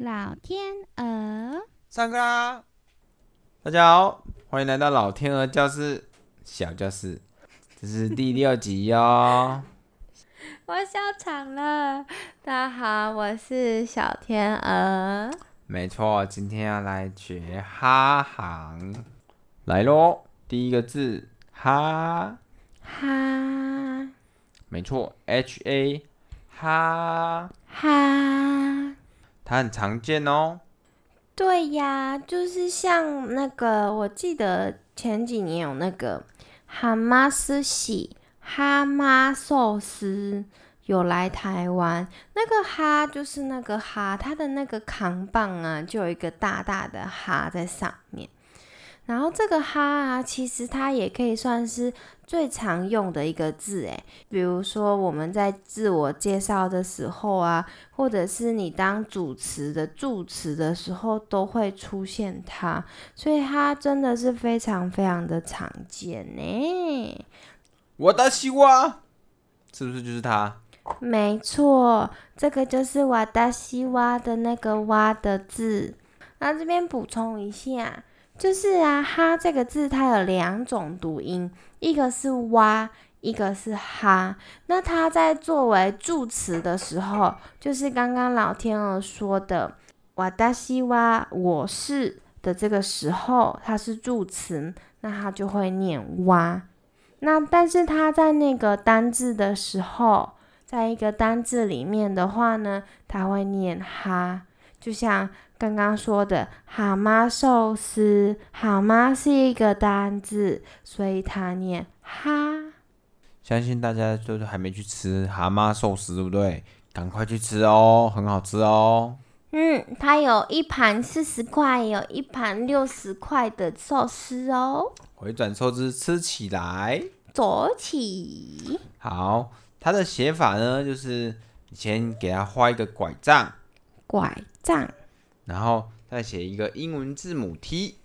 老天鹅， 上课啦！大家好，欢迎来到老天鹅教室小教室，这是第6集哦。 我笑场了。大家好，我是小天鹅。 没错，今天要来学哈行，来咯。第一个字哈， 哈没错 ，HA 哈， 哈， 它很常见哦。 对呀，就是像那个，我记得前几年有那个哈妈寿喜、哈妈寿司有来台湾，那个哈就是那个哈，它的那个扛棒啊，就有一个大大的哈在上面。然后这个哈啊，其实它也可以算是最常用的一个字诶，比如说我们在自我介绍的时候啊，或者是你当主持的助词的时候，都会出现它，所以它真的是非常非常的常见呢。 我的西瓜是不是就是它？ 没错，这个就是瓦达西哇的那个哇的字。那这边补充一下，就是啊，哈这个字它有2种读音，一个是哇，一个是哈。那它在作为助词的时候，就是刚刚老天鹅说的瓦达西哇我是的这个时候，它是助词，那它就会念哇。那但是它在那个单字的时候，在一个单字里面的话呢，它会念哈，就像刚刚说的蛤蟆寿司，蛤蟆是一个单字，所以它念哈。 相信大家都还没去吃蛤蟆寿司，对不对？赶快去吃哦，很好吃哦。 它有一盘40块，有一盘60块的寿司哦。 回转寿司吃起来， 走起， 好，它的写法呢，就是以前给它画一个拐杖， 拐杖然后再写一个英文字母 T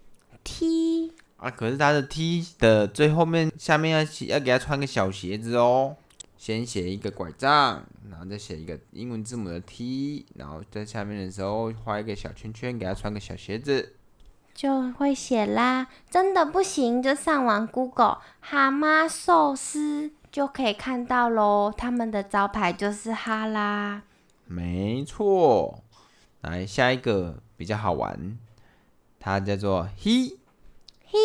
T， 啊，可是它的 T 的最后面下面要给它穿个小鞋子哦。先写一个拐杖，然后再写一个英文字母的 T， 然后在下面的时候画一个小圈圈，给它穿个小鞋子。 就会写啦。真的不行就上网 Google 蛤蟆寿司就可以看到咯，他们的招牌就是哈啦。 没错，来下一个比较好玩，它叫做 he 嘿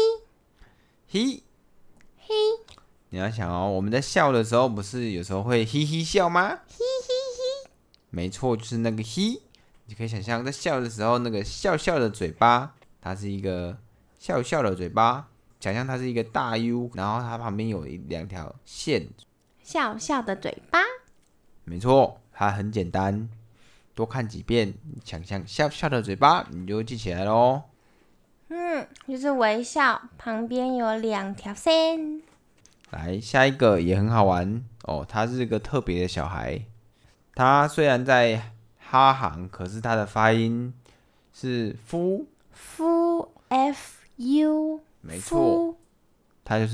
he。 嘿你要想哦，我们在笑的时候，不是有时候会嘿嘿笑吗？ 嘿嘿嘿， 没错，就是那个嘿。你可以想象在笑的时候，那个笑笑的嘴巴，它是一个笑笑的嘴巴。想象它是一个大 U， 然后它旁边有2条线。 笑笑的嘴巴。 没错，它很简单，多看几遍，想象笑笑的嘴巴，你就记起来咯。 就是微笑，旁边有2条线。 来，下一个也很好玩哦，他是个特别的小孩。他虽然在哈行，可是他的发音是夫， 夫 F U， 没错，他就是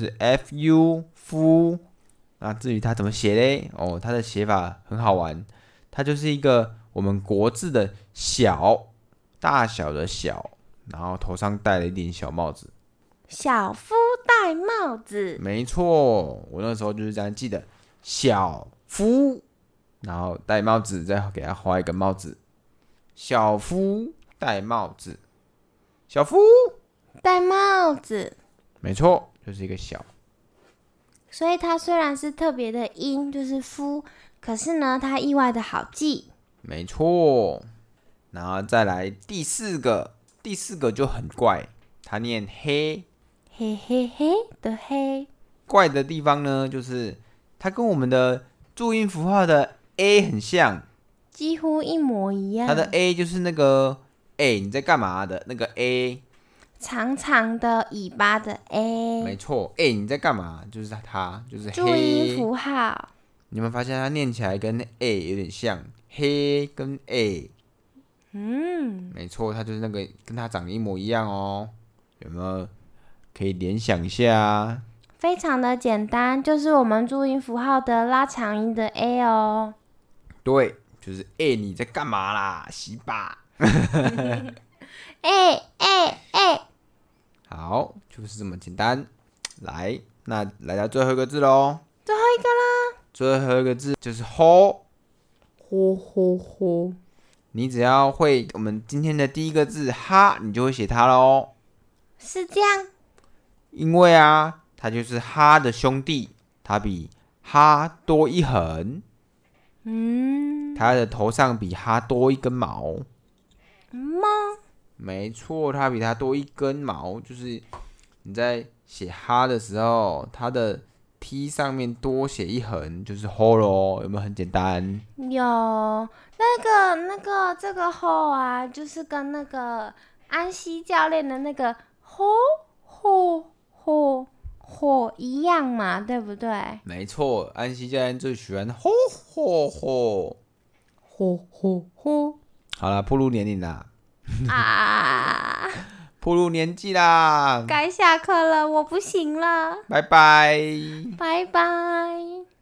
FU 夫。那至于他怎么写嘞？哦，他的写法很好玩，他就是一个我们国字的小，大小的小，然后头上戴了一顶小帽子。 小夫戴帽子。 没错，我那时候就是这样记的，小夫，然后戴帽子，再给他画一个帽子，小夫戴帽子，小夫戴帽子。 没错，就是一个小。 所以它虽然是特别的音，就是夫，可是呢，它意外的好记。 没错，然后再来第4个，第4个就很怪，他念黑， 嘿嘿嘿的黑， 怪的地方呢，就是它跟我们的注音符号的 A 很像， 几乎一模一样。 它的 A 就是那个你在干嘛的那个 A。 长长的尾巴的 A， 没错，你在干嘛？就是它，就是黑。 注音符号。 你有没有发现它念起来跟 A 有点像？黑跟 A， 没错，它就是那个跟它长得一模一样哦。有没有可以联想一下啊？ 非常的简单，就是我们注音符号的拉长音的 A 哦。 对，就是你在干嘛啦？洗吧。 好，就是这么简单。来，那来到最后一个字喽。 最后一个啦。 最后一个字就是 ho。 ho。 你只要会我们今天的第一个字哈，你就会写它喽。 是这样。 因为啊，它就是哈的兄弟，它比哈多一横。它的头上比哈多一根毛。没错，它比它多一根毛，就是你在写哈的时候，它的 T 上面多写一横，就是 ho 咯，有没有很简单？ 有这个 ho 啊，就是跟那个安西教练的那个 ho 一样嘛，对不对？ 没错，安西教练最喜欢 ho ho ho。好啦，暴露年龄啦。 啊！ 暴露年纪啦！ 该下课了，我不行了， 拜拜。 拜拜。